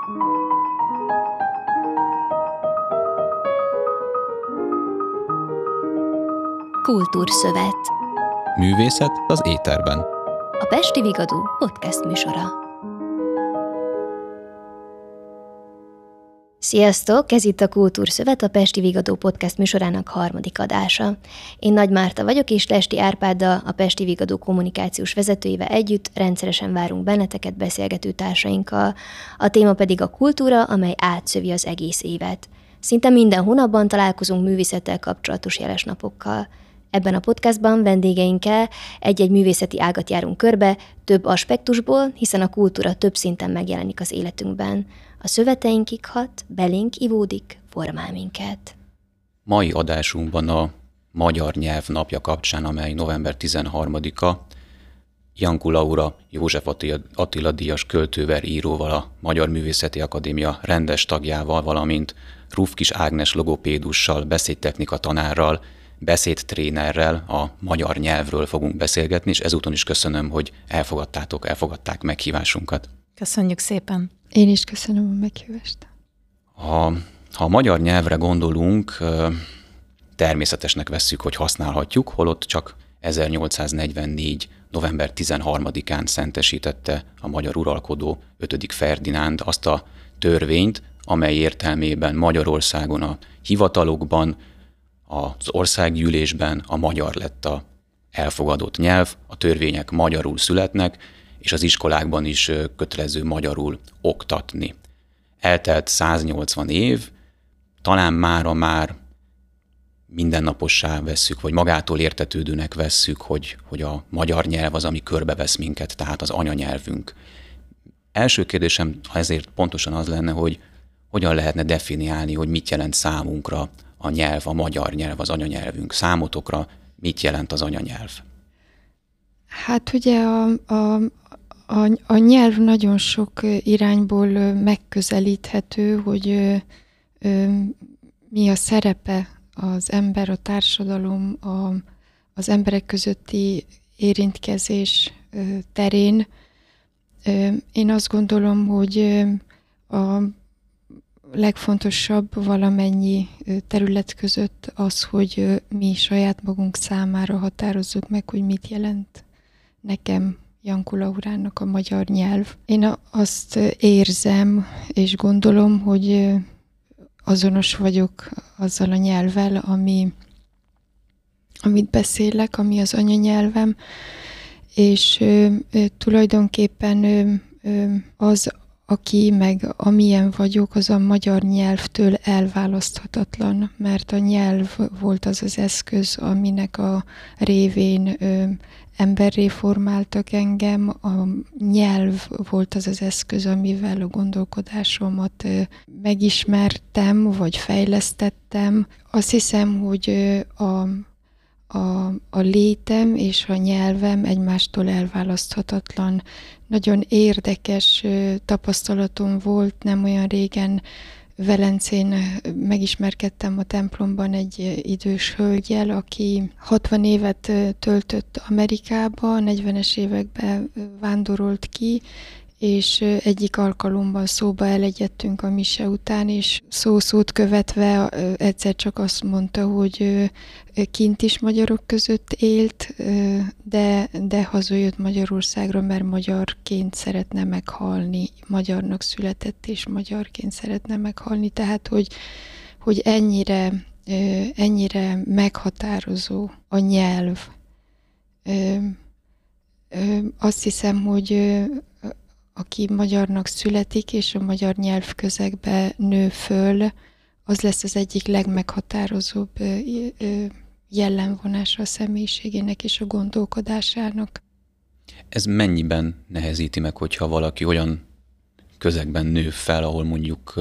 Kultúrszövet. Művészet az éterben. A Pesti Vigadó podcast műsora. Sziasztok! Ez itt a Kultúrszövet, a Pesti Vigadó podcast műsorának harmadik adása. Én Nagy Márta vagyok, és Lesti Árpáddal, a Pesti Vigadó kommunikációs vezetőjével együtt rendszeresen várunk benneteket beszélgető társainkkal. A téma pedig a kultúra, amely átszövi az egész évet. Szinte minden hónapban találkozunk művészettel kapcsolatos jeles napokkal. Ebben a podcastban vendégeinkkel egy-egy művészeti ágat járunk körbe, több aspektusból, hiszen a kultúra több szinten megjelenik az életünkben. A szöveteinkig hat, belénk ivódik, formál minket. Mai adásunkban a Magyar Nyelv napja kapcsán, amely november 13-a, Janku Laura József Attila díjas költővel, íróval, a Magyar Művészeti Akadémia rendes tagjával, valamint Rufkis Ágnes logopédussal, beszédtechnika tanárral, beszédtrénerrel a magyar nyelvről fogunk beszélgetni, és ezúton is köszönöm, hogy elfogadták meghívásunkat. Köszönjük szépen. Én is köszönöm a meghívást. Ha a magyar nyelvre gondolunk, természetesnek vesszük, hogy használhatjuk, holott csak 1844. november 13-án szentesítette a magyar uralkodó 5. Ferdinánd azt a törvényt, amely értelmében Magyarországon a hivatalokban, az országgyűlésben a magyar lett a elfogadott nyelv, a törvények magyarul születnek, és az iskolákban is kötelező magyarul oktatni. Eltelt 180 év, talán mára már mindennapossá vesszük, vagy magától értetődőnek vesszük, hogy a magyar nyelv az, ami körbevesz minket, tehát az anyanyelvünk. Első kérdésem ezért pontosan az lenne, hogy hogyan lehetne definiálni, hogy mit jelent számunkra a nyelv, a magyar nyelv, az anyanyelvünk. Számotokra mit jelent az anyanyelv? Hát ugye a nyelv nagyon sok irányból megközelíthető, hogy mi a szerepe az ember, a társadalom, az emberek közötti érintkezés terén. Én azt gondolom, hogy a legfontosabb valamennyi terület között az, hogy mi saját magunk számára határozzuk meg, hogy mit jelent nekem, Janku Laurának a magyar nyelv. Én azt érzem és gondolom, hogy azonos vagyok azzal a nyelvvel, amit beszélek, ami az anyanyelvem, és tulajdonképpen az, aki meg amilyen vagyok, az a magyar nyelvtől elválaszthatatlan, mert a nyelv volt az az eszköz, aminek a révén emberré formáltak engem, a nyelv volt az az eszköz, amivel a gondolkodásomat megismertem, vagy fejlesztettem. Azt hiszem, hogy a létem és a nyelvem egymástól elválaszthatatlan. Nagyon érdekes tapasztalatom volt, nem olyan régen Velencén megismerkedtem a templomban egy idős hölgyel, aki 60 évet töltött Amerikába, 40-es években vándorolt ki, és egyik alkalommal szóba elegyedtünk a mise után, és szó-szót követve egyszer csak azt mondta, hogy kint is magyarok között élt, de hazajött Magyarországra, mert magyarként szeretne meghalni, magyarnak született, és magyarként szeretne meghalni. Tehát, hogy ennyire meghatározó a nyelv. Azt hiszem, hogy aki magyarnak születik, és a magyar nyelvközegbe nő föl, az lesz az egyik legmeghatározóbb jellemvonása a személyiségének és a gondolkodásának. Ez mennyiben nehezíti meg, hogyha valaki olyan közegben nő fel, ahol mondjuk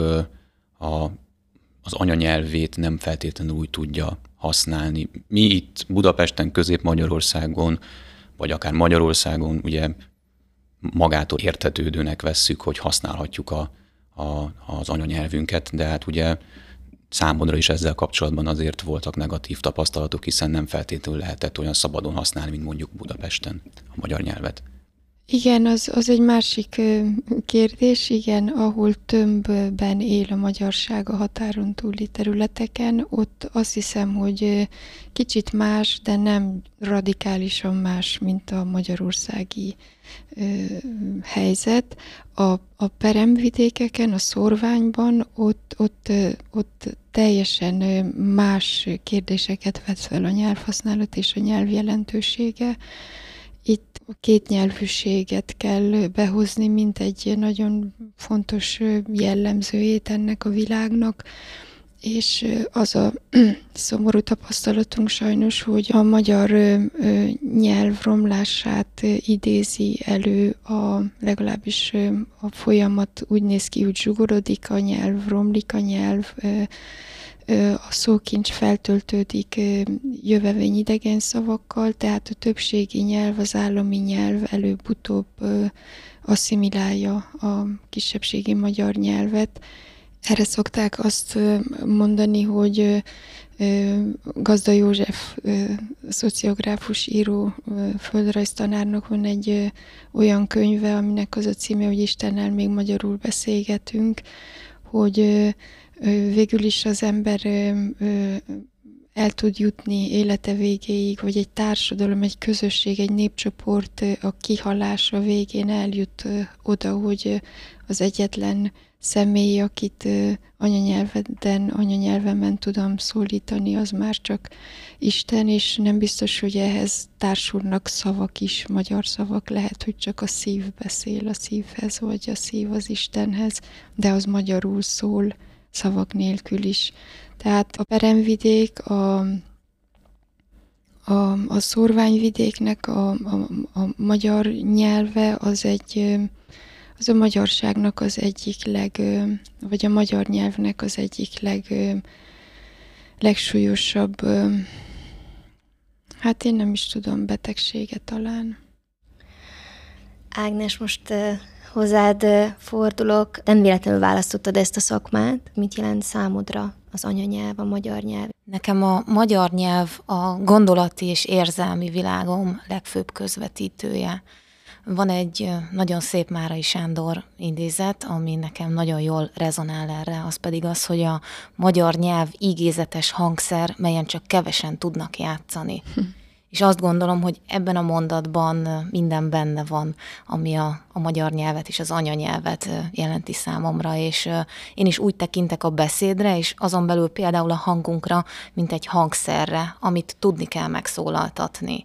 az anyanyelvét nem feltétlenül úgy tudja használni? Mi itt Budapesten, Közép-Magyarországon, vagy akár Magyarországon ugye magától értetődőnek vesszük, hogy használhatjuk az anyanyelvünket, de hát ugye számodra is ezzel kapcsolatban azért voltak negatív tapasztalatok, hiszen nem feltétlenül lehetett olyan szabadon használni, mint mondjuk Budapesten a magyar nyelvet. Igen, az egy másik kérdés, igen, ahol tömbben él a magyarság a határon túli területeken, ott azt hiszem, hogy kicsit más, de nem radikálisan más, mint a magyarországi helyzet. A peremvidékeken, a szórványban ott teljesen más kérdéseket vet fel a nyelvhasználat és a nyelv jelentősége. Itt a kétnyelvűséget kell behozni, mint egy nagyon fontos jellemzőjét ennek a világnak, és az a szomorú tapasztalatunk sajnos, hogy a magyar nyelv romlását idézi elő, legalábbis a folyamat úgy néz ki, hogy zsugorodik a nyelv, romlik a nyelv, a szókincs feltöltődik jövevény idegen szavakkal, tehát a többségi nyelv, az állami nyelv előbb-utóbb asszimilálja a kisebbségi magyar nyelvet. Erre szokták azt mondani, hogy Gazda József szociográfus író földrajztanárnak van egy olyan könyve, aminek az a címe, hogy Istennel még magyarul beszélgetünk, hogy végül is az ember el tud jutni élete végéig, vagy egy társadalom, egy közösség, egy népcsoport a kihalása végén oda, hogy az egyetlen személy, akit anyanyelvemen tudom szólítani, az már csak Isten, és nem biztos, hogy ehhez társulnak szavak is, magyar szavak. Lehet, hogy csak a szív beszél a szívhez, vagy a szív az Istenhez, de az magyarul szól, szavak nélkül is. Tehát a peremvidék, a szórványvidéknek a magyar nyelve az a magyarságnak az egyik vagy a magyar nyelvnek az egyik legsúlyosabb, hát én nem is tudom, betegsége talán. Ágnes, most hozzád fordulok. Nem véletlenül választottad ezt a szakmát. Mit jelent számodra az anyanyelv, a magyar nyelv? Nekem a magyar nyelv a gondolati és érzelmi világom legfőbb közvetítője. Van egy nagyon szép Márai Sándor idézet, ami nekem nagyon jól rezonál erre, az pedig az, hogy a magyar nyelv ígézetes hangszer, melyen csak kevesen tudnak játszani. És azt gondolom, hogy ebben a mondatban minden benne van, ami a magyar nyelvet és az anyanyelvet jelenti számomra, és én is úgy tekintek a beszédre, és azon belül például a hangunkra, mint egy hangszerre, amit tudni kell megszólaltatni.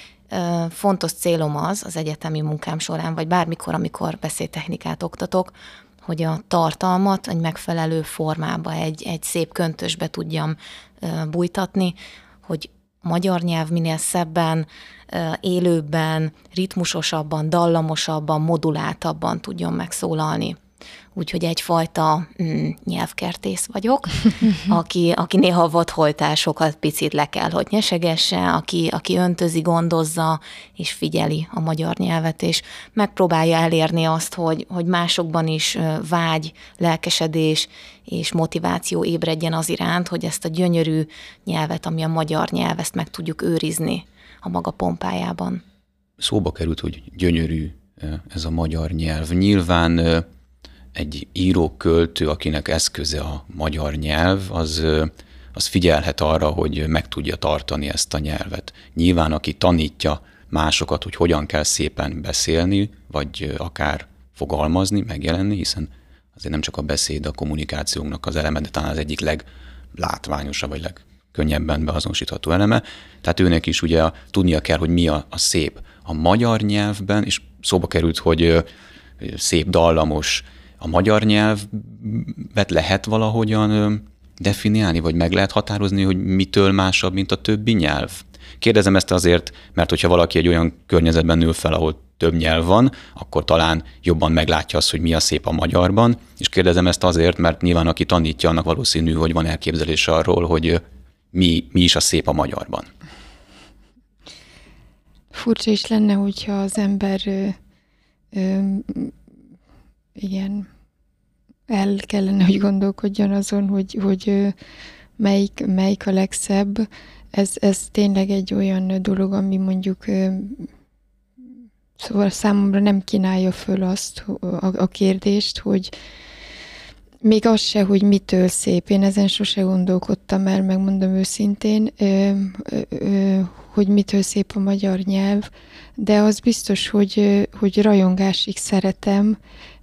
Fontos célom az egyetemi munkám során, vagy bármikor, amikor beszédtechnikát oktatok, hogy a tartalmat egy megfelelő formába, egy szép köntösbe tudjam bújtatni, hogy a magyar nyelv minél szebben, élőbben, ritmusosabban, dallamosabban, moduláltabban tudjon megszólalni. Úgyhogy egyfajta nyelvkertész vagyok, aki néha vadholtásokat picit le kell, hogy nyesegesse, aki öntözi, gondozza, és figyeli a magyar nyelvet, és megpróbálja elérni azt, hogy másokban is vágy, lelkesedés és motiváció ébredjen az iránt, hogy ezt a gyönyörű nyelvet, ami a magyar nyelv, ezt meg tudjuk őrizni a maga pompájában. Szóba került, hogy gyönyörű ez a magyar nyelv. Nyilván egy író-költő, akinek eszköze a magyar nyelv, az figyelhet arra, hogy meg tudja tartani ezt a nyelvet. Nyilván, aki tanítja másokat, hogy hogyan kell szépen beszélni, vagy akár fogalmazni, megjelenni, hiszen azért nem csak a beszéd a kommunikációnknak az eleme, de talán az egyik leglátványosabb, vagy legkönnyebben beazonosítható eleme. Tehát őnek is ugye tudnia kell, hogy mi a szép. A magyar nyelvben, és szóba került, hogy szép, dallamos. A magyar nyelvet lehet valahogyan definiálni, vagy meg lehet határozni, hogy mitől másabb, mint a többi nyelv? Kérdezem ezt azért, mert hogyha valaki egy olyan környezetben nő fel, ahol több nyelv van, akkor talán jobban meglátja azt, hogy mi a szép a magyarban, és kérdezem ezt azért, mert nyilván aki tanítja, annak valószínű, hogy van elképzelés arról, hogy mi is a szép a magyarban. Furcsa is lenne, hogyha az ember igen, el kellene, hogy gondolkodjon azon, hogy melyik a legszebb. Ez tényleg egy olyan dolog, ami mondjuk Szóval számomra nem kínálja föl azt a kérdést, hogy még az se, hogy mitől szép. Én ezen sose gondolkodtam el, megmondom őszintén, hogy mitől szép a magyar nyelv, de az biztos, hogy rajongásig szeretem,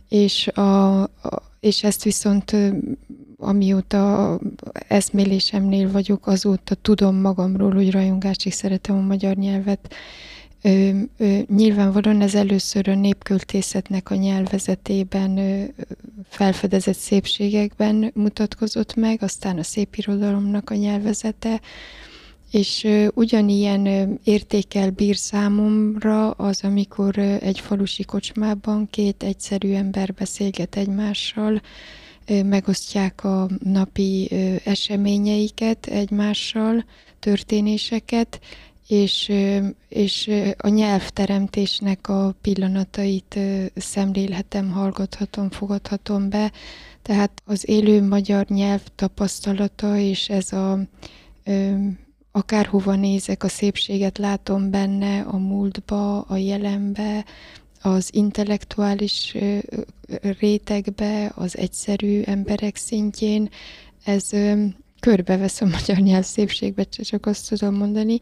és ezt viszont amióta eszmélésemnél vagyok, azóta tudom magamról, hogy rajongásig szeretem a magyar nyelvet. Nyilvánvalóan ez először a népköltészetnek a nyelvezetében felfedezett szépségekben mutatkozott meg, aztán a szépirodalomnak a nyelvezete, és ugyanilyen értékkel bír számomra az, amikor egy falusi kocsmában két egyszerű ember beszélget egymással, megosztják a napi eseményeiket egymással, történéseket, és a nyelvteremtésnek a pillanatait szemlélhetem, hallgathatom, fogadhatom be. Tehát az élő magyar nyelv tapasztalata, és ez akárhova nézek, a szépséget látom benne, a múltba, a jelenbe, az intellektuális rétegbe, az egyszerű emberek szintjén, ez körbevesz a magyar nyelv szépségbe, csak azt tudom mondani.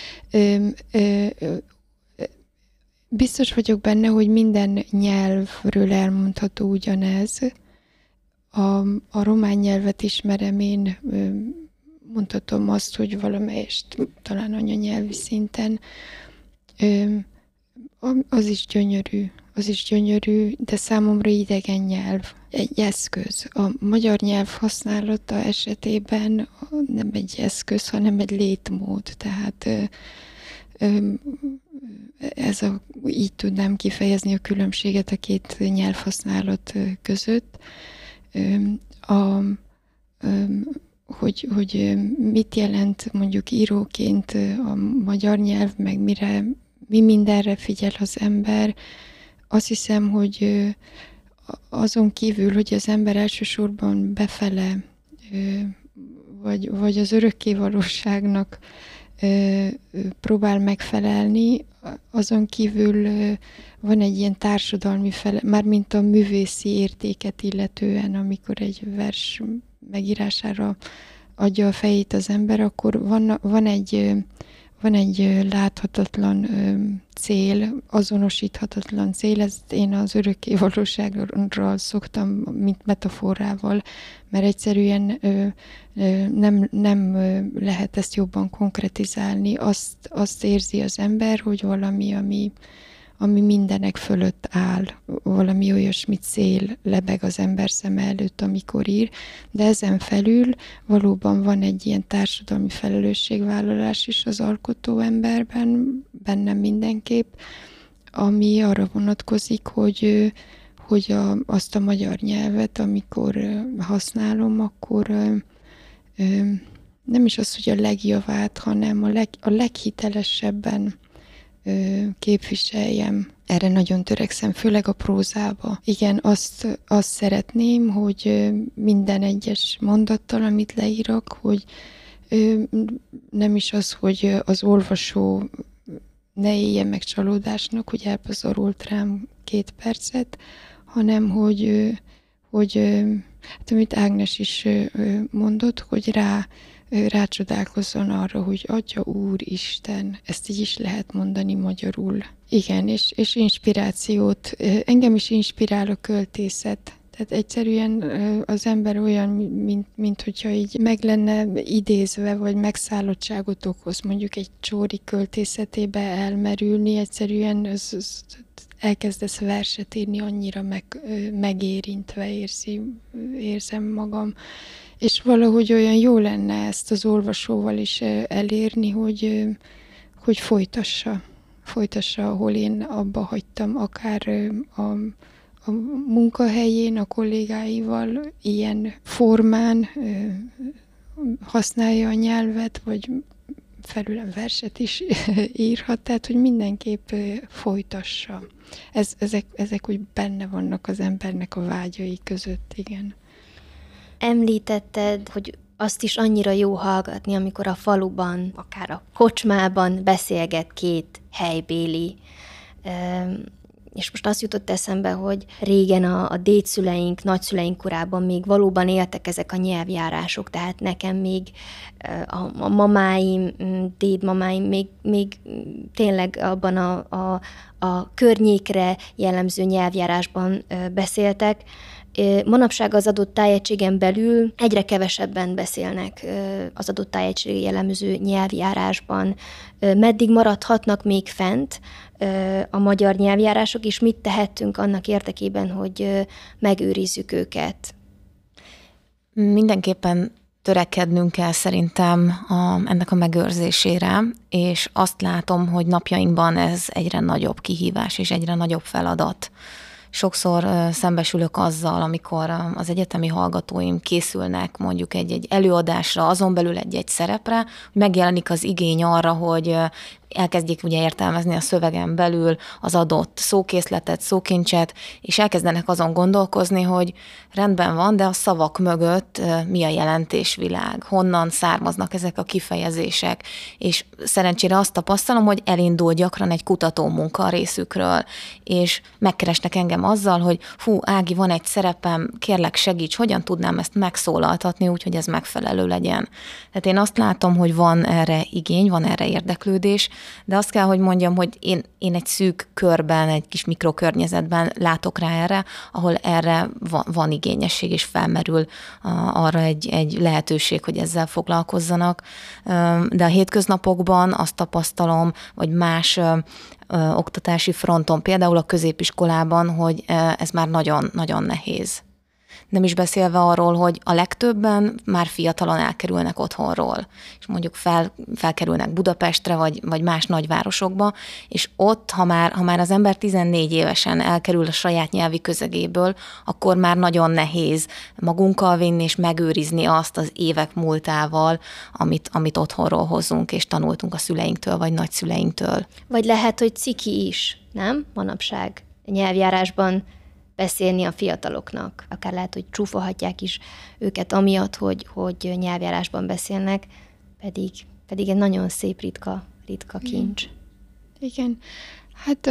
Biztos vagyok benne, hogy minden nyelvről elmondható ugyanez. A román nyelvet ismerem én, mondhatom azt, hogy valamelyest talán anyanyelvi szinten. Az is gyönyörű, de számomra idegen nyelv, egy eszköz. A magyar nyelv használata esetében nem egy eszköz, hanem egy létmód. Tehát így tudnám kifejezni a különbséget a két nyelvhasználat között. Hogy mit jelent mondjuk íróként a magyar nyelv, meg mi mindenre figyel az ember. Azt hiszem, hogy azon kívül, hogy az ember elsősorban befele, vagy az örökké valóságnak próbál megfelelni, azon kívül van egy ilyen társadalmi mármint a művészi értéket illetően, amikor egy vers megírására adja a fejét az ember, akkor van egy láthatatlan cél, azonosíthatatlan cél, ezt én az örökké valóságról szoktam, mint metaforával, mert egyszerűen nem lehet ezt jobban konkretizálni. Azt érzi az ember, hogy valami, ami mindenek fölött áll, valami olyasmi cél lebeg az ember szeme előtt, amikor ír, de ezen felül valóban van egy ilyen társadalmi felelősségvállalás is az alkotó emberben, bennem mindenképp, ami arra vonatkozik, hogy azt a magyar nyelvet, amikor használom, akkor nem is az, hogy a legjavát, hanem a leghitelesebben képviseljem. Erre nagyon törekszem, főleg a prózába. Igen, azt szeretném, hogy minden egyes mondattal, amit leírok, hogy nem is az, hogy az olvasó ne élje meg csalódásnak, hogy elpazarolt rám 2 percet, hanem hogy hát, amit Ágnes is mondott, hogy rácsodálkozzon arra, hogy Atya Úristen, ezt így is lehet mondani magyarul. Igen, és inspirációt, engem is inspirál a költészet. Tehát egyszerűen az ember olyan, mint hogyha így meg lenne idézve, vagy megszállottságot okoz, mondjuk egy Csóri költészetébe elmerülni, egyszerűen elkezdesz verset írni, annyira megérintve érzem magam. És valahogy olyan jó lenne ezt az olvasóval is elérni, hogy folytassa, ahol én abba hagytam, akár a munkahelyén, a kollégáival ilyen formán használja a nyelvet, vagy felülem verset is írhat, tehát hogy mindenképp folytassa. Ezek úgy benne vannak az embernek a vágyai között, igen. Említetted, hogy azt is annyira jó hallgatni, amikor a faluban, akár a kocsmában beszélget 2 helybéli. És most azt jutott eszembe, hogy régen a dédszüleink, nagyszüleink korában még valóban éltek ezek a nyelvjárások, tehát nekem még a mamáim, dédmamáim még tényleg abban a környékre jellemző nyelvjárásban beszéltek. Manapság az adott tájegységen belül egyre kevesebben beszélnek az adott tájegységre jellemző nyelvjárásban. Meddig maradhatnak még fent a magyar nyelvjárások, és mit tehetünk annak érdekében, hogy megőrizzük őket? Mindenképpen törekednünk kell szerintem ennek a megőrzésére, és azt látom, hogy napjainkban ez egyre nagyobb kihívás és egyre nagyobb feladat. Sokszor szembesülök azzal, amikor az egyetemi hallgatóim készülnek mondjuk egy előadásra, azon belül egy szerepre, hogy megjelenik az igény arra, hogy elkezdjék ugye értelmezni a szövegen belül az adott szókészletet, szókincset, és elkezdenek azon gondolkozni, hogy rendben van, de a szavak mögött mi a jelentésvilág, honnan származnak ezek a kifejezések, és szerencsére azt tapasztalom, hogy elindul gyakran egy kutatómunka a részükről, és megkeresnek engem azzal, hogy fú, Ági, van egy szerepem, kérlek segíts, hogyan tudnám ezt megszólaltatni úgy, hogy ez megfelelő legyen. Tehát én azt látom, hogy van erre igény, van erre érdeklődés, de azt kell, hogy mondjam, hogy én egy szűk körben, egy kis mikrokörnyezetben látok rá erre, ahol erre van igényesség, és felmerül arra egy lehetőség, hogy ezzel foglalkozzanak. De a hétköznapokban azt tapasztalom, vagy más oktatási fronton, például a középiskolában, hogy ez már nagyon-nagyon nehéz. Nem is beszélve arról, hogy a legtöbben már fiatalon elkerülnek otthonról, és mondjuk felkerülnek Budapestre, vagy más nagyvárosokba, és ott, ha már az ember 14 évesen elkerül a saját nyelvi közegéből, akkor már nagyon nehéz magunkkal vinni, és megőrizni azt az évek múltával, amit otthonról hozunk, és tanultunk a szüleinktől, vagy nagyszüleinktől. Vagy lehet, hogy ciki is, nem? Manapság nyelvjárásban beszélni a fiataloknak. Akár lehet, hogy csúfolhatják is őket amiatt, hogy nyelvjárásban beszélnek, pedig egy nagyon szép, ritka kincs. Igen. Hát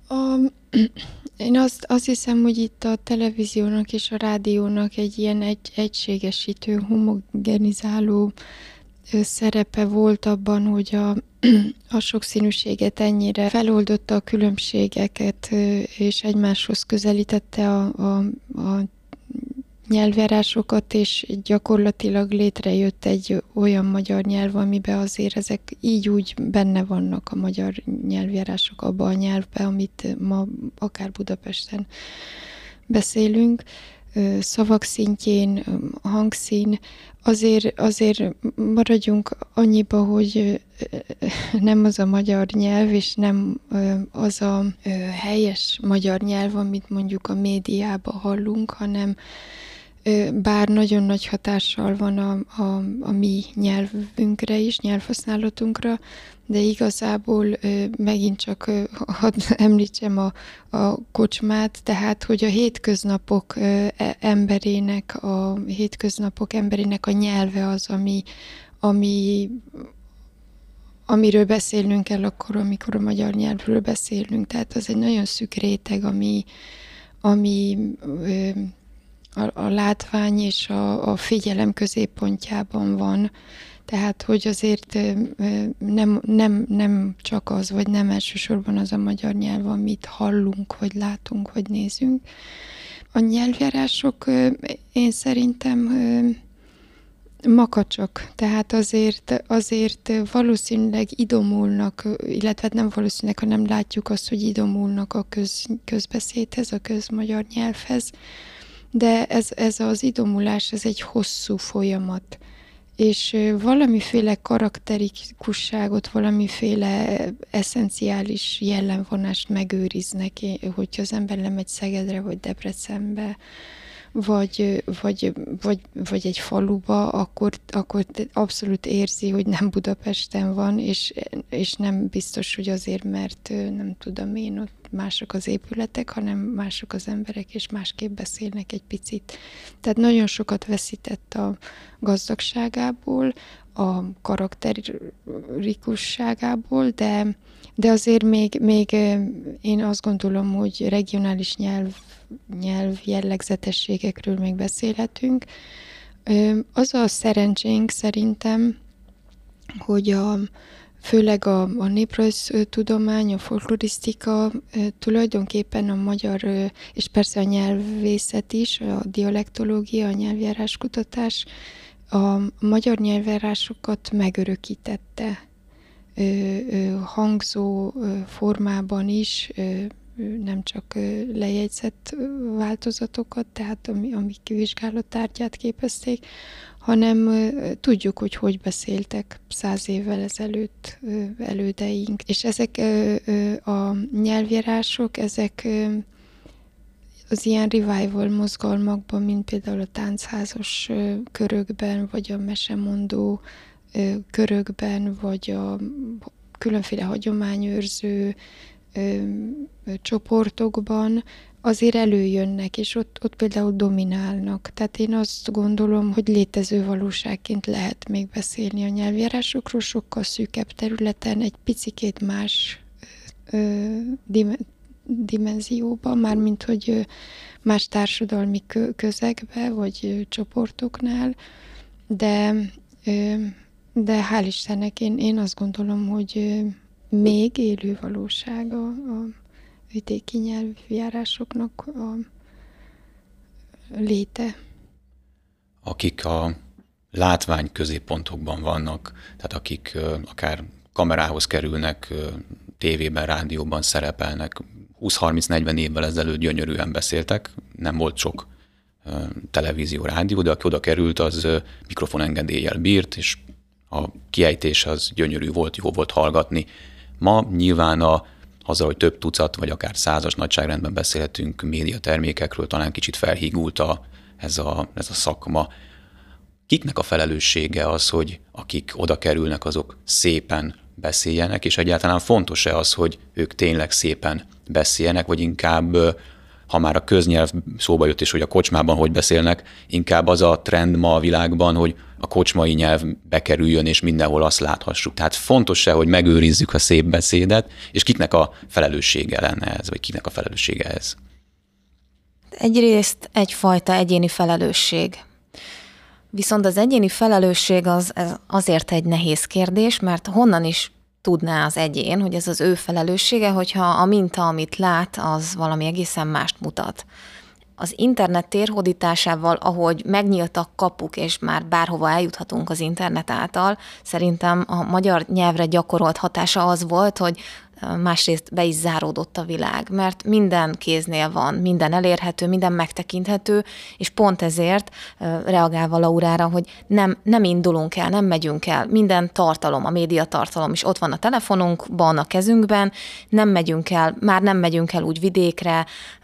én azt hiszem, hogy itt a televíziónak és a rádiónak egy ilyen egységesítő, homogenizáló szerepe volt abban, hogy a sokszínűséget ennyire feloldotta, a különbségeket, és egymáshoz közelítette a nyelvjárásokat, és gyakorlatilag létrejött egy olyan magyar nyelv, amiben azért ezek így úgy benne vannak a magyar nyelvjárások abban a nyelvben, amit ma akár Budapesten beszélünk, szavak szintjén, hangszín. Azért maradjunk annyiba, hogy nem az a magyar nyelv, és nem az a helyes magyar nyelv, amit mondjuk a médiában hallunk, hanem bár nagyon nagy hatással van a mi nyelvünkre is, nyelvhasználatunkra, de igazából megint csak hadd említsem a kocsmát, tehát hogy a hétköznapok emberének a nyelve az, amiről beszélnünk kell akkor, amikor a magyar nyelvről beszélünk. Tehát az egy nagyon szűk réteg, ami a látvány és a figyelem középpontjában van. Tehát, hogy azért nem csak az, vagy nem elsősorban az a magyar nyelv, amit hallunk, vagy látunk, vagy nézünk. A nyelvjárások én szerintem makacsak, tehát azért valószínűleg idomulnak, illetve nem valószínűleg, hanem látjuk azt, hogy idomulnak a közbeszédhez, a közmagyar nyelvhez, de ez az idomulás, ez egy hosszú folyamat. És valamiféle karakterikusságot, valamiféle eszenciális jellemvonást megőriznek, hogyha az ember lemegy Szegedre, vagy Debrecenbe, vagy egy faluba, akkor abszolút érzi, hogy nem Budapesten van, és nem biztos, hogy azért, mert nem tudom én, ott mások az épületek, hanem mások az emberek, és másképp beszélnek egy picit. Tehát nagyon sokat veszített a gazdagságából, a karakterikusságából, de azért még én azt gondolom, hogy regionális nyelv jellegzetességekről még beszélhetünk. Az a szerencsénk szerintem, hogy főleg a néprajztudomány, a folklorisztika tulajdonképpen a magyar, és persze a nyelvészet is, a dialektológia, a nyelvjáráskutatás a magyar nyelvjárásokat megörökítette hangzó formában is, nem csak lejegyzett változatokat, tehát amik vizsgálattárgyát képezték, hanem tudjuk, hogy beszéltek 100 évvel ezelőtt elődeink. És ezek a nyelvjárások, ezek az ilyen revival mozgalmakban, mint például a táncházas körökben, vagy a mesemondó körökben, vagy a különféle hagyományőrző csoportokban azért előjönnek, és ott például dominálnak. Tehát én azt gondolom, hogy létező valóságként lehet még beszélni a nyelvjárásokról, sokkal szűkebb területen, egy picikét más dimenzióban, mármint hogy más társadalmi közegbe, vagy csoportoknál, de hál' Istennek én azt gondolom, hogy még élő valóság a vidéki nyelvjárásoknak a léte. Akik a látvány középpontokban vannak, tehát akik akár kamerához kerülnek, tévében, rádióban szerepelnek, 20-30-40 évvel ezelőtt gyönyörűen beszéltek, nem volt sok televízió, rádió, de aki oda került, az mikrofonengedéllyel bírt, és a kiejtés az gyönyörű volt, jó volt hallgatni. Ma nyilván azzal, hogy több tucat, vagy akár 100-as nagyságrendben beszélhetünk médiatermékekről, talán kicsit felhígult ez a szakma. Kiknek a felelőssége az, hogy akik oda kerülnek, azok szépen beszéljenek, és egyáltalán fontos-e az, hogy ők tényleg szépen beszéljenek, vagy inkább, ha már a köznyelv szóba jött, és hogy a kocsmában hogy beszélnek, inkább az a trend ma a világban, hogy a kocsmai nyelv bekerüljön, és mindenhol azt láthassuk. Tehát fontos-e, hogy megőrizzük a szép beszédet, és kiknek a felelőssége lenne ez, vagy kiknek a felelőssége ez? Egyrészt egyfajta egyéni felelősség. Viszont az egyéni felelősség az azért egy nehéz kérdés, mert honnan is tudná az egyén, hogy ez az ő felelőssége, hogyha a minta, amit lát, az valami egészen mást mutat. Az internet térhódításával, ahogy megnyíltak kapuk, és már bárhova eljuthatunk az internet által, szerintem a magyar nyelvre gyakorolt hatása az volt, hogy másrészt be is záródott a világ, mert minden kéznél van, minden elérhető, minden megtekinthető, és pont ezért reagálva Laurára, hogy nem indulunk el, nem megyünk el, minden tartalom, a médiatartalom is ott van a telefonunkban, a kezünkben, nem megyünk el, már nem megyünk el úgy vidékre,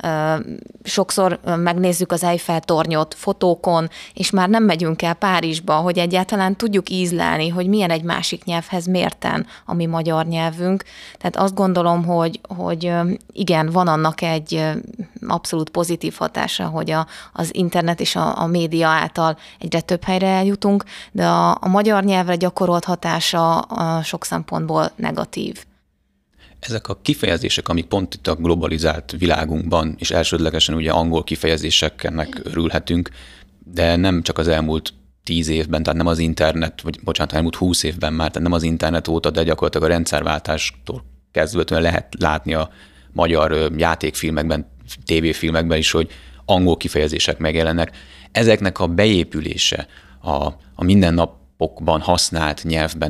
sokszor megnézzük az Eiffel-tornyot fotókon, és már nem megyünk el Párizsba, hogy egyáltalán tudjuk ízlelni, hogy milyen egy másik nyelvhez mérten a mi magyar nyelvünk. Tehát azt gondolom, hogy igen, van annak egy abszolút pozitív hatása, hogy az internet és a média által egyre több helyre eljutunk, de a magyar nyelvre gyakorolt hatása sok szempontból negatív. Ezek a kifejezések, amik pont itt a globalizált világunkban, és elsődlegesen ugye angol kifejezéseknek örülhetünk, de nem csak az elmúlt 10 évben, tehát nem az internet, vagy bocsánat, elmúlt 20 évben már, tehát nem az internet óta, de gyakorlatilag a rendszerváltástól kezdve lehet látni a magyar játékfilmekben, tévéfilmekben is, hogy angol kifejezések megjelennek. Ezeknek a beépülése a mindennapokban használt nyelvben,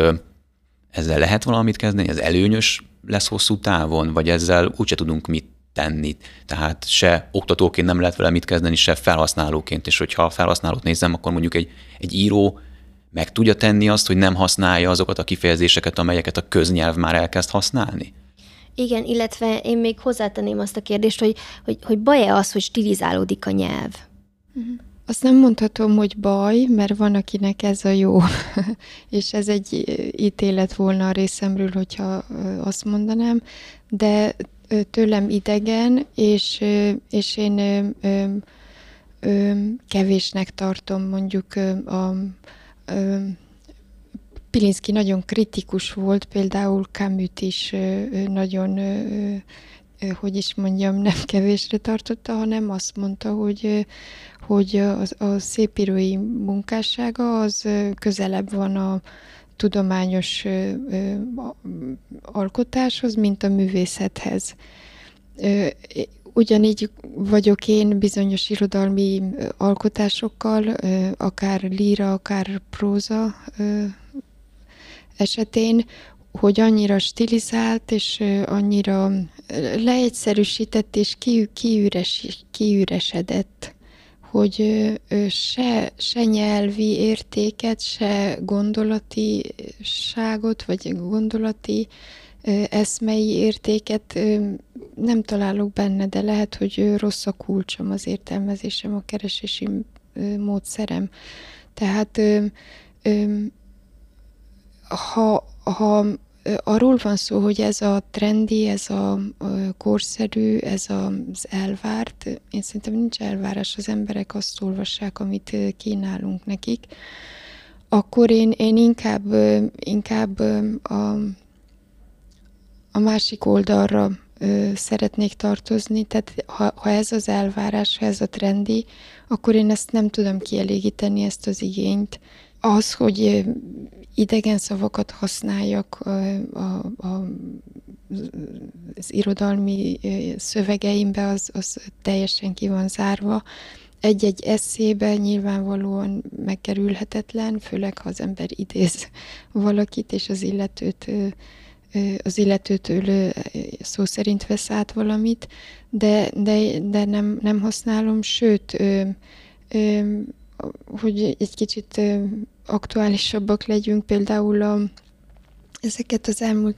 ezzel lehet valamit kezdeni? Ez előnyös lesz hosszú távon, vagy ezzel úgyse tudunk mit tenni? Tehát se oktatóként nem lehet vele mit kezdeni, se felhasználóként, és hogyha felhasználót nézem, akkor mondjuk egy író meg tudja tenni azt, hogy nem használja azokat a kifejezéseket, amelyeket a köznyelv már elkezd használni? Igen, illetve én még hozzátenném azt a kérdést, hogy baj-e az, hogy stilizálódik a nyelv? Azt nem mondhatom, hogy baj, mert van, akinek ez a jó, és ez egy ítélet volna a részemről, hogyha azt mondanám, de tőlem idegen, és én kevésnek tartom mondjuk Pilinszky nagyon kritikus volt, például Camus-t is nagyon, hogy is mondjam, nem kevésre tartotta, hanem azt mondta, hogy a szépírói munkássága az közelebb van a tudományos alkotáshoz, mint a művészethez. Ugyanígy vagyok én bizonyos irodalmi alkotásokkal, akár líra, akár próza esetén, hogy annyira stilizált, és annyira leegyszerűsített, és kiüresedett, hogy se nyelvi értéket, se gondolatiságot, vagy gondolati eszmei értéket nem találok benne, de lehet, hogy rossz a kulcsom, az értelmezésem, a keresési módszerem. Tehát ha arról van szó, hogy ez a trendi, ez a korszerű, ez az elvárt, én szerintem nincs elvárás, az emberek azt olvassák, amit kínálunk nekik, akkor én inkább a másik oldalra szeretnék tartozni, tehát ha ez az elvárás, ha ez a trendi, akkor én ezt nem tudom kielégíteni, ezt az igényt. Az, hogy idegen szavakat használjak az irodalmi szövegeimbe, az teljesen ki van zárva. Egy-egy esszébe nyilvánvalóan megkerülhetetlen, főleg ha az ember idéz valakit, és az illetőtől szó szerint vesz át valamit, de nem használom, sőt, hogy egy kicsit aktuálisabbak legyünk, például ezeket az elmúlt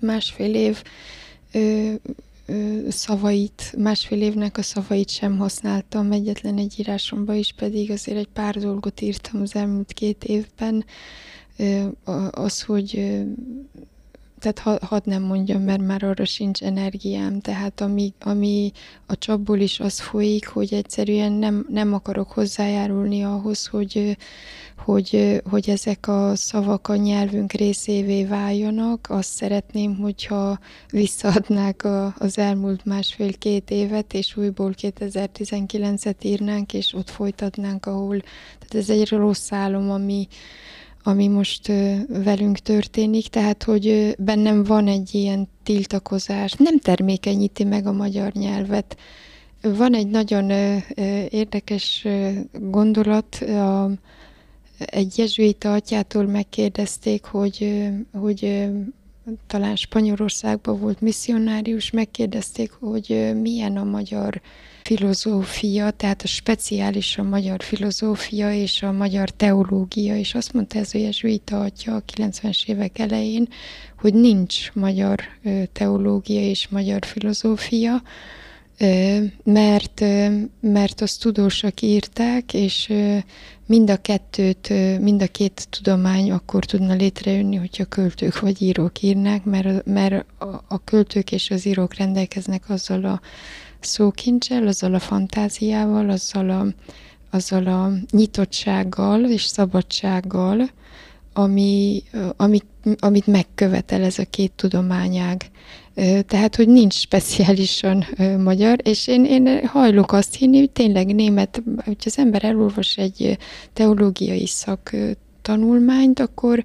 másfél évnek a szavait sem használtam egyetlen egy írásomban is, pedig azért egy pár dolgot írtam az elmúlt 2 évben. Az, hogy tehát hadd nem mondjam, mert már arra sincs energiám, tehát ami a csapból is az folyik, hogy egyszerűen nem akarok hozzájárulni ahhoz, hogy ezek a szavak a nyelvünk részévé váljanak. Azt szeretném, hogyha visszaadnák az elmúlt 1,5-2 évet, és újból 2019-et írnánk, és ott folytatnánk, ahol... Tehát ez egy rossz álom, ami most velünk történik, tehát hogy bennem van egy ilyen tiltakozás. Nem termékenyíti meg a magyar nyelvet. Van egy nagyon érdekes gondolat, egy jezsuita atyától megkérdezték, hogy talán Spanyolországban volt misszionárius, megkérdezték, hogy milyen a magyar filozófia, tehát a speciális a magyar filozófia és a magyar teológia, és azt mondta ez a jezsuita atya a 90-es évek elején, hogy nincs magyar teológia és magyar filozófia, mert azt tudósok írták, és mind a két tudomány akkor tudna létrejönni, hogyha költők vagy írók írnák, mert a költők és az írók rendelkeznek azzal a szókincsel, azzal a fantáziával, azzal a nyitottsággal és szabadsággal, amit megkövetel ez a két tudományág. Tehát, hogy nincs speciálisan magyar, és én hajlok azt hinni, hogy tényleg német, hogyha az ember elolvas egy teológiai szaktanulmányt, akkor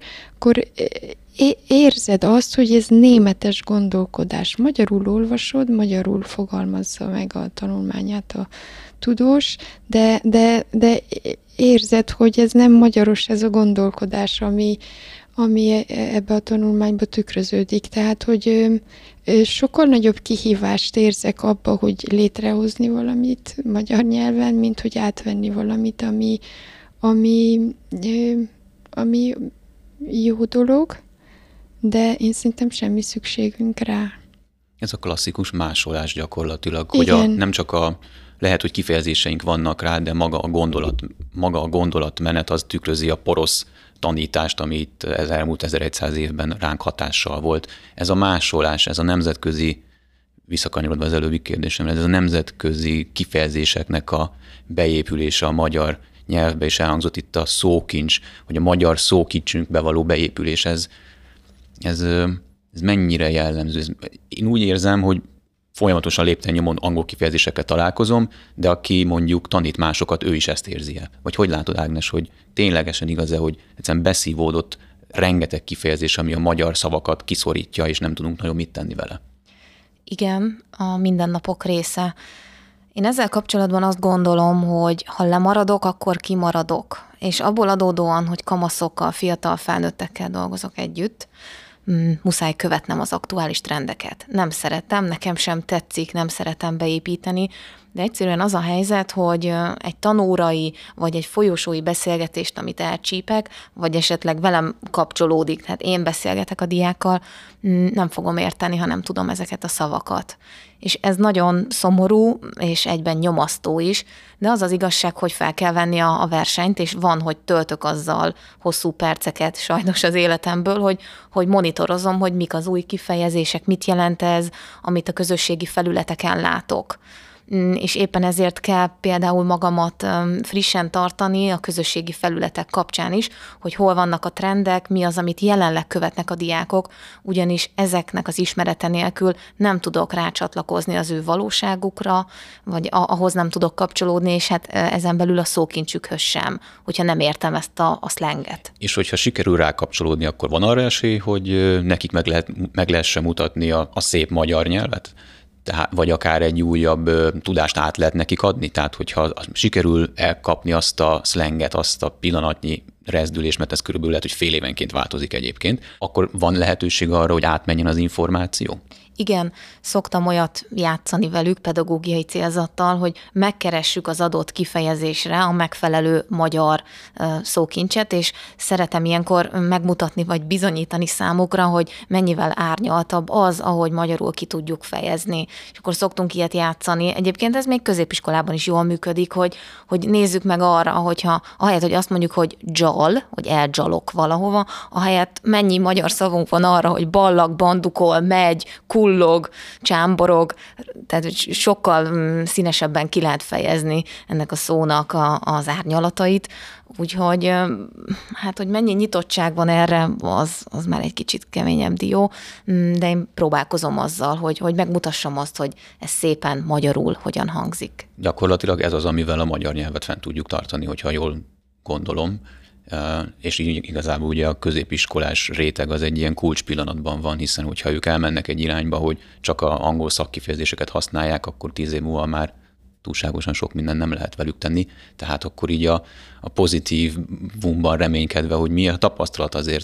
érzed azt, hogy ez németes gondolkodás. Magyarul olvasod, magyarul fogalmazza meg a tanulmányát a tudós, de érzed, hogy ez nem magyaros ez a gondolkodás, ami ebbe a tanulmányba tükröződik. Tehát, hogy sokkal nagyobb kihívást érzek abba, hogy létrehozni valamit magyar nyelven, mint hogy átvenni valamit, ami jó dolog, de én szerintem semmi szükségünk rá. Ez a klasszikus másolás gyakorlatilag, igen. Hogy nem csak lehet, hogy kifejezéseink vannak rá, de maga a gondolatmenet az tükrözi a porosz tanítást, amit ez elmúlt 1100 évben ránk hatással volt. Ez a másolás, ez a nemzetközi visszakanyarodva az előbbi kérdésemre, ez a nemzetközi kifejezéseknek a beépülése a magyar nyelvbe, és elhangzott itt a szókincs, hogy a magyar szókincsünkbe való beépülés, ez mennyire jellemző. Én úgy érzem, hogy folyamatosan lépten nyomon angol kifejezésekkel találkozom, de aki mondjuk tanít másokat, ő is ezt érzi el. Vagy hogy látod, Ágnes, hogy ténylegesen igaz-e, hogy egyszerűen beszívódott rengeteg kifejezés, ami a magyar szavakat kiszorítja, és nem tudunk nagyon mit tenni vele? Igen, a mindennapok része. Én ezzel kapcsolatban azt gondolom, hogy ha lemaradok, akkor kimaradok. És abból adódóan, hogy kamaszokkal, fiatal felnőttekkel dolgozok együtt, muszáj követnem az aktuális trendeket. Nem szeretem, nekem sem tetszik, nem szeretem beépíteni, de egyszerűen az a helyzet, hogy egy tanórai vagy egy folyosói beszélgetést, amit elcsípek, vagy esetleg velem kapcsolódik, tehát én beszélgetek a diákkal, nem fogom érteni, ha nem tudom ezeket a szavakat. És ez nagyon szomorú, és egyben nyomasztó is, de az az igazság, hogy fel kell venni a versenyt, és van, hogy töltök azzal hosszú perceket sajnos az életemből, hogy monitorozom, hogy mik az új kifejezések, mit jelent ez, amit a közösségi felületeken látok. És éppen ezért kell például magamat frissen tartani a közösségi felületek kapcsán is, hogy hol vannak a trendek, mi az, amit jelenleg követnek a diákok, ugyanis ezeknek az ismerete nélkül nem tudok rácsatlakozni az ő valóságukra, vagy ahhoz nem tudok kapcsolódni, és hát ezen belül a szókincsükhöz sem, hogyha nem értem ezt a szlenget. És hogyha sikerül rákapcsolódni, akkor van arra esély, hogy nekik meg lehessen mutatni a szép magyar nyelvet? Vagy akár egy újabb tudást át lehet nekik adni? Tehát, hogyha sikerül elkapni azt a szlenget, azt a pillanatnyi rezdülést, mert ez körülbelül lehet, hogy fél évenként változik egyébként, akkor van lehetőség arra, hogy átmenjen az információ? Igen, szoktam olyat játszani velük pedagógiai célzattal, hogy megkeressük az adott kifejezésre a megfelelő magyar szókincset, és szeretem ilyenkor megmutatni vagy bizonyítani számukra, hogy mennyivel árnyaltabb az, ahogy magyarul ki tudjuk fejezni. És akkor szoktunk ilyet játszani. Egyébként ez még középiskolában is jól működik, hogy nézzük meg arra, hogyha ahelyett, hogy azt mondjuk, hogy dzsal, hogy eldzsalok valahova, ahelyett mennyi magyar szavunk van arra, hogy ballag, bandukol, megy, kullog, csámborog, tehát sokkal színesebben ki lehet fejezni ennek a szónak az árnyalatait, úgyhogy hát, hogy mennyi nyitottság van erre, az már egy kicsit keményebb dió, de én próbálkozom azzal, hogy megmutassam azt, hogy ez szépen magyarul hogyan hangzik. Gyakorlatilag ez az, amivel a magyar nyelvet fent tudjuk tartani, hogyha jól gondolom, és így igazából ugye a középiskolás réteg az egy ilyen kulcspillanatban van, hiszen hogyha ők elmennek egy irányba, hogy csak az angol szakkifejezéseket használják, akkor 10 év múlva már túlságosan sok minden nem lehet velük tenni, tehát akkor így a pozitív vumban reménykedve, hogy mi a tapasztalat azért,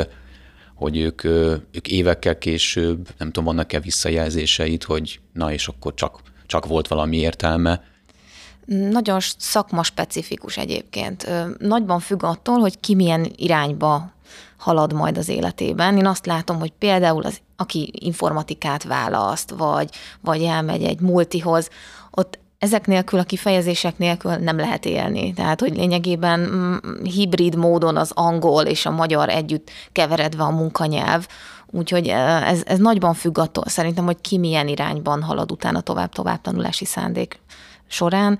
hogy ők évekkel később, nem tudom, vannak-e visszajelzéseit, hogy na és akkor csak volt valami értelme. Nagyon szakmaspecifikus egyébként. Nagyban függ attól, hogy ki milyen irányba halad majd az életében. Én azt látom, hogy például aki informatikát választ, vagy elmegy egy multihoz, ott ezek nélkül, a kifejezések nélkül nem lehet élni. Tehát, hogy lényegében hibrid módon az angol és a magyar együtt keveredve a munkanyelv. Úgyhogy ez nagyban függ attól szerintem, hogy ki milyen irányban halad utána tovább tanulási szándék során.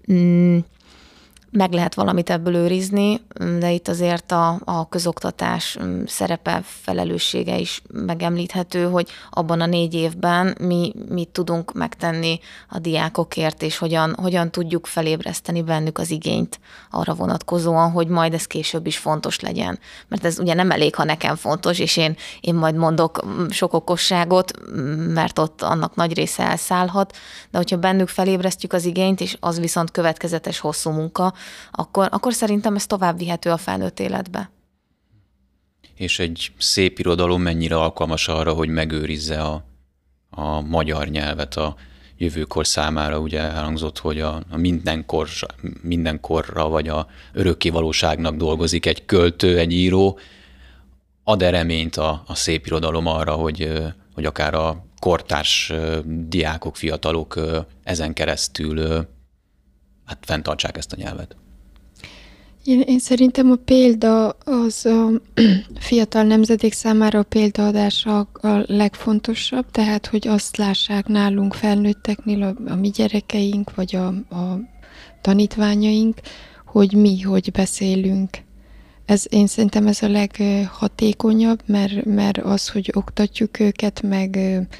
Meg lehet valamit ebből őrizni, de itt azért a közoktatás szerepe, felelőssége is megemlíthető, hogy abban a 4 évben mi mit tudunk megtenni a diákokért, és hogyan tudjuk felébreszteni bennük az igényt arra vonatkozóan, hogy majd ez később is fontos legyen. Mert ez ugye nem elég, ha nekem fontos, és én majd mondok sok okosságot, mert ott annak nagy része elszállhat, de hogyha bennük felébresztjük az igényt, és az viszont következetes hosszú munka, akkor szerintem ez tovább vihető a felnőtt életbe. És egy szép irodalom mennyire alkalmas arra, hogy megőrizze a magyar nyelvet a jövőkor számára? Ugye elhangzott, hogy a mindenkorra vagy a örökké valóságnak dolgozik egy költő, egy író. Ad-e reményt a szép irodalom arra, hogy akár a kortárs diákok, fiatalok ezen keresztül fenntartsák ezt a nyelvet? Én szerintem a példa az a fiatal nemzedék számára a példaadása a legfontosabb, tehát hogy azt lássák nálunk felnőtteknél a mi gyerekeink, vagy a tanítványaink, hogy mi, hogy beszélünk. Én szerintem ez a leghatékonyabb, mert az, hogy oktatjuk őket, meg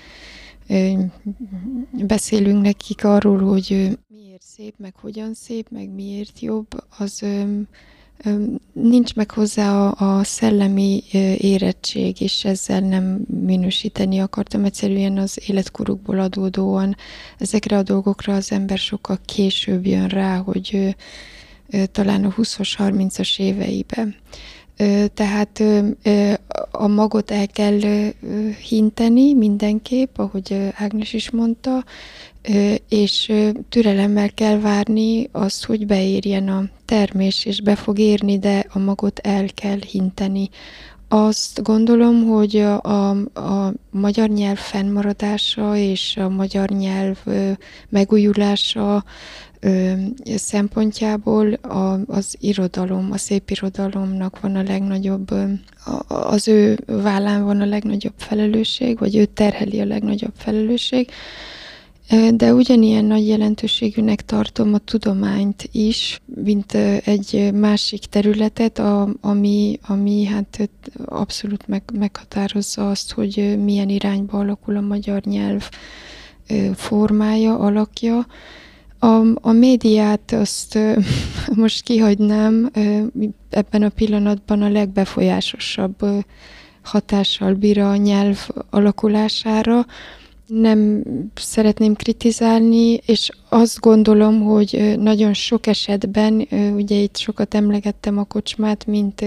beszélünk nekik arról, hogy miért szép, meg hogyan szép, meg miért jobb, az nincs meg hozzá a szellemi érettség, és ezzel nem minősíteni akartam. Egyszerűen az életkorukból adódóan ezekre a dolgokra az ember sokkal később jön rá, hogy talán a 20-as, 30-as éveiben. Tehát a magot el kell hinteni mindenképp, ahogy Ágnes is mondta, és türelemmel kell várni azt, hogy beérjen a termés, és be fog érni, de a magot el kell hinteni. Azt gondolom, hogy a magyar nyelv fennmaradása és a magyar nyelv megújulása szempontjából az irodalom, a szép irodalomnak van a legnagyobb, az ő vállán van a legnagyobb felelősség, vagy ő terheli a legnagyobb felelősség, de ugyanilyen nagy jelentőségűnek tartom a tudományt is, mint egy másik területet, ami hát abszolút meghatározza azt, hogy milyen irányba alakul a magyar nyelv formája, alakja. A médiát azt most kihagynám, ebben a pillanatban a legbefolyásosabb hatással bír a nyelv alakulására. Nem szeretném kritizálni, és azt gondolom, hogy nagyon sok esetben, ugye itt sokat emlegettem a kocsmát,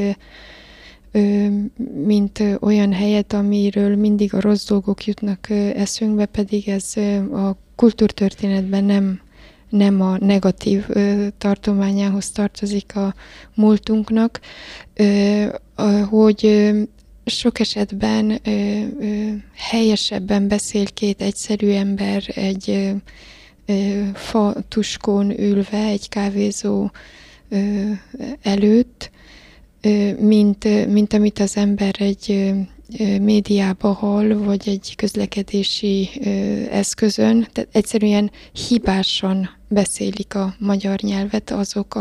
mint olyan helyet, amiről mindig a rossz dolgok jutnak eszünkbe, pedig ez a kultúrtörténetben nem a negatív tartományához tartozik a múltunknak, hogy sok esetben helyesebben beszél két egyszerű ember egy fa tuskón ülve egy kávézó előtt, mint amit az ember egy médiába hall, vagy egy közlekedési eszközön. Tehát egyszerűen hibásan beszélik a magyar nyelvet azok,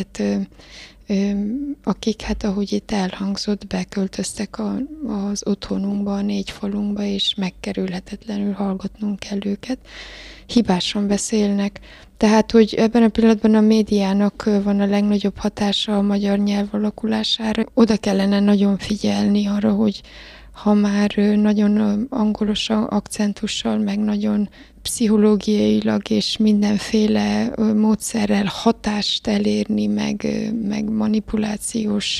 akik, hát ahogy itt elhangzott, beköltöztek az otthonunkba, a 4 falunkba, és megkerülhetetlenül hallgatnunk kell őket. Hibásan beszélnek. Tehát, hogy ebben a pillanatban a médiának van a legnagyobb hatása a magyar nyelv alakulására. Oda kellene nagyon figyelni arra, hogy ha már nagyon angolos akcentussal, meg nagyon pszichológiailag és mindenféle módszerrel hatást elérni, meg manipulációs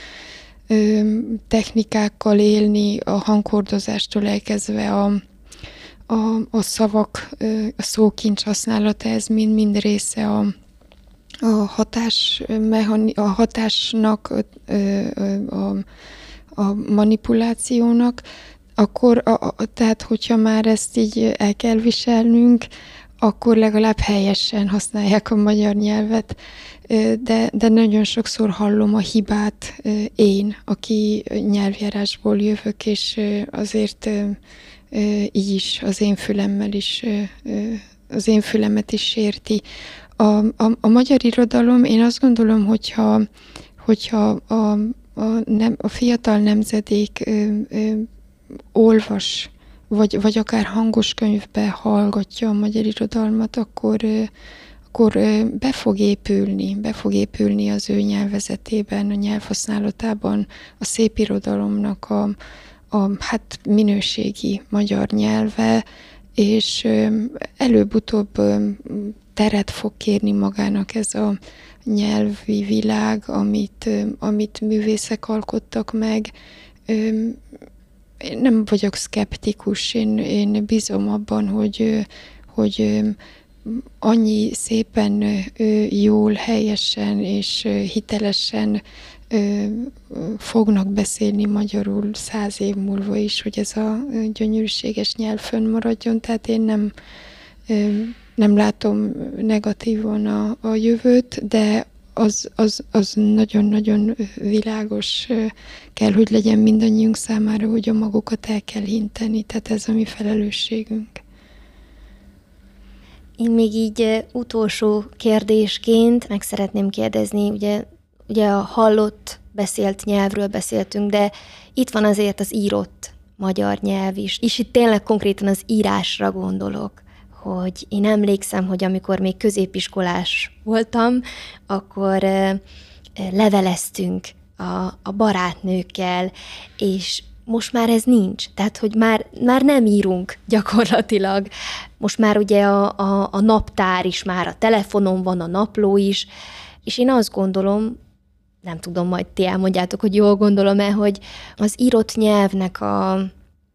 technikákkal élni, a hangkordozástól elkezdve a szavak, a szókincs használata, ez mind része a hatásnak, a manipulációnak, akkor, tehát hogyha már ezt így el kell viselnünk, akkor legalább helyesen használják a magyar nyelvet, de nagyon sokszor hallom a hibát én, aki nyelvjárásból jövök, és azért így is az én fülemet is sérti. A magyar irodalom, én azt gondolom, hogyha a fiatal nemzedék olvas, vagy akár hangos könyvbe hallgatja a magyar irodalmat, akkor be fog épülni az ő nyelvezetében, a nyelvhasználatában a szép irodalomnak hát minőségi magyar nyelve, és előbb-utóbb teret fog kérni magának ez a nyelvi világ, amit művészek alkottak meg. Én nem vagyok szkeptikus, én bízom abban, hogy annyi szépen, jól, helyesen és hitelesen fognak beszélni magyarul 100 év múlva is, hogy ez a gyönyörűséges nyelv fönnmaradjon. Tehát én nem látom negatívan a jövőt, de az nagyon-nagyon világos kell, hogy legyen mindannyiunk számára, hogy a magukat el kell hinteni, tehát ez a mi felelősségünk. Én még így utolsó kérdésként meg szeretném kérdezni, ugye a hallott, beszélt nyelvről beszéltünk, de itt van azért az írott magyar nyelv is. És itt tényleg konkrétan az írásra gondolok, hogy én emlékszem, hogy amikor még középiskolás voltam, akkor leveleztünk a barátnőkkel, és most már ez nincs. Tehát, hogy már nem írunk gyakorlatilag. Most már ugye a naptár is már a telefonon van, a napló is, és én azt gondolom, nem tudom, majd ti elmondjátok, hogy jól gondolom-e, hogy az írott nyelvnek a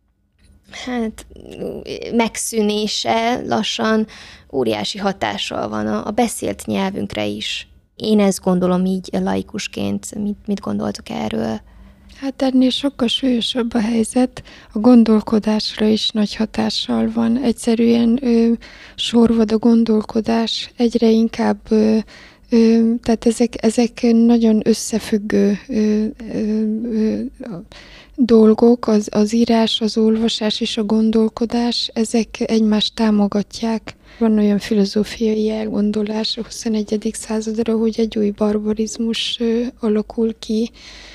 megszűnése lassan óriási hatással van a beszélt nyelvünkre is. Én ezt gondolom így laikusként. Mit gondoltok erről? Hát ennél sokkal súlyosabb a helyzet, a gondolkodásra is nagy hatással van. Egyszerűen sorvad a gondolkodás, egyre inkább, tehát ezek nagyon összefüggő dolgok, az írás, az olvasás és a gondolkodás, ezek egymást támogatják. Van olyan filozófiai elgondolás a 21. századra, hogy egy új barbarizmus alakul ki,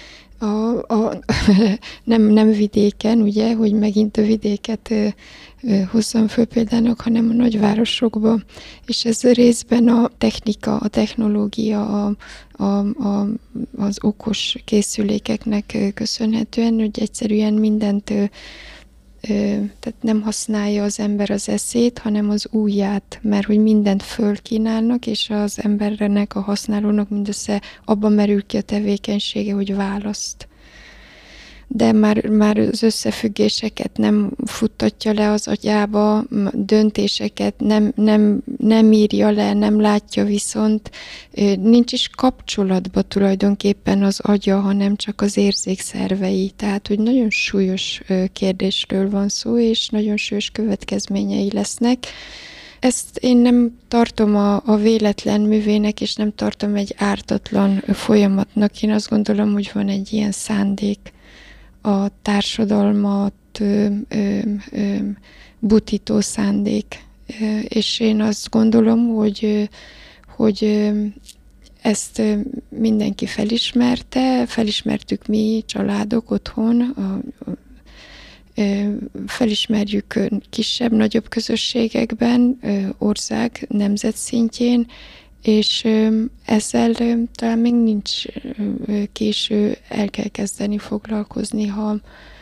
nem vidéken, ugye, hogy megint a vidéket hozzam föl példának, hanem a nagyvárosokban. És ez részben a technika, a technológia, az okos készülékeknek köszönhetően, hogy egyszerűen mindent, tehát nem használja az ember az eszét, hanem az ujját, mert hogy mindent fölkínálnak, és az embernek, a használónak mindössze abban merül ki a tevékenysége, hogy választ. De már az összefüggéseket nem futtatja le az agyába, döntéseket nem írja le, nem látja viszont, nincs is kapcsolatban tulajdonképpen az agya, hanem csak az érzékszervei. Tehát, hogy nagyon súlyos kérdésről van szó, és nagyon súlyos következményei lesznek. Ezt én nem tartom a véletlen művének, és nem tartom egy ártatlan folyamatnak. Én azt gondolom, hogy van egy ilyen szándék a társadalmat butító szándék. És én azt gondolom, hogy ezt mindenki felismertük mi családok otthon, felismerjük kisebb, nagyobb közösségekben, ország, nemzet szintjén, és ezzel talán még nincs késő, el kell kezdeni foglalkozni, ha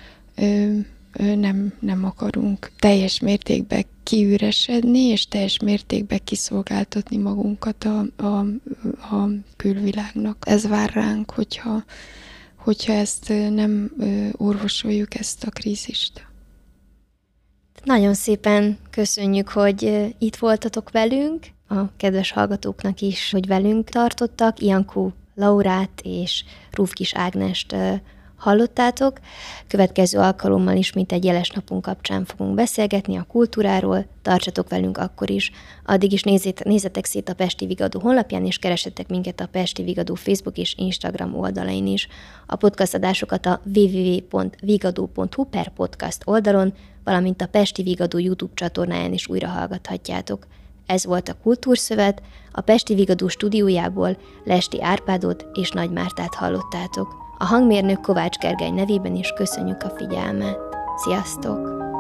nem akarunk teljes mértékben kiüresedni, és teljes mértékben kiszolgáltatni magunkat a külvilágnak. Ez vár ránk, hogyha ezt nem orvosoljuk, ezt a krízist. Nagyon szépen köszönjük, hogy itt voltatok velünk, a kedves hallgatóknak is, hogy velünk tartottak. Iancu Laurát és Rúfkis Ágnest hallottátok. Következő alkalommal ismét egy jeles napunk kapcsán fogunk beszélgetni a kultúráról. Tartsatok velünk akkor is. Addig is nézzetek szét a Pesti Vigadó honlapján, és keressetek minket a Pesti Vigadó Facebook és Instagram oldalain is. A podcast adásokat a www.vigadó.hu/podcast oldalon, valamint a Pesti Vigadó YouTube csatornáján is újra hallgathatjátok. Ez volt a Kultúrszövet, a Pesti Vigadó stúdiójából Lesti Árpádot és Nagy Mártát hallottátok. A hangmérnök Kovács Gergely nevében is köszönjük a figyelmet. Sziasztok!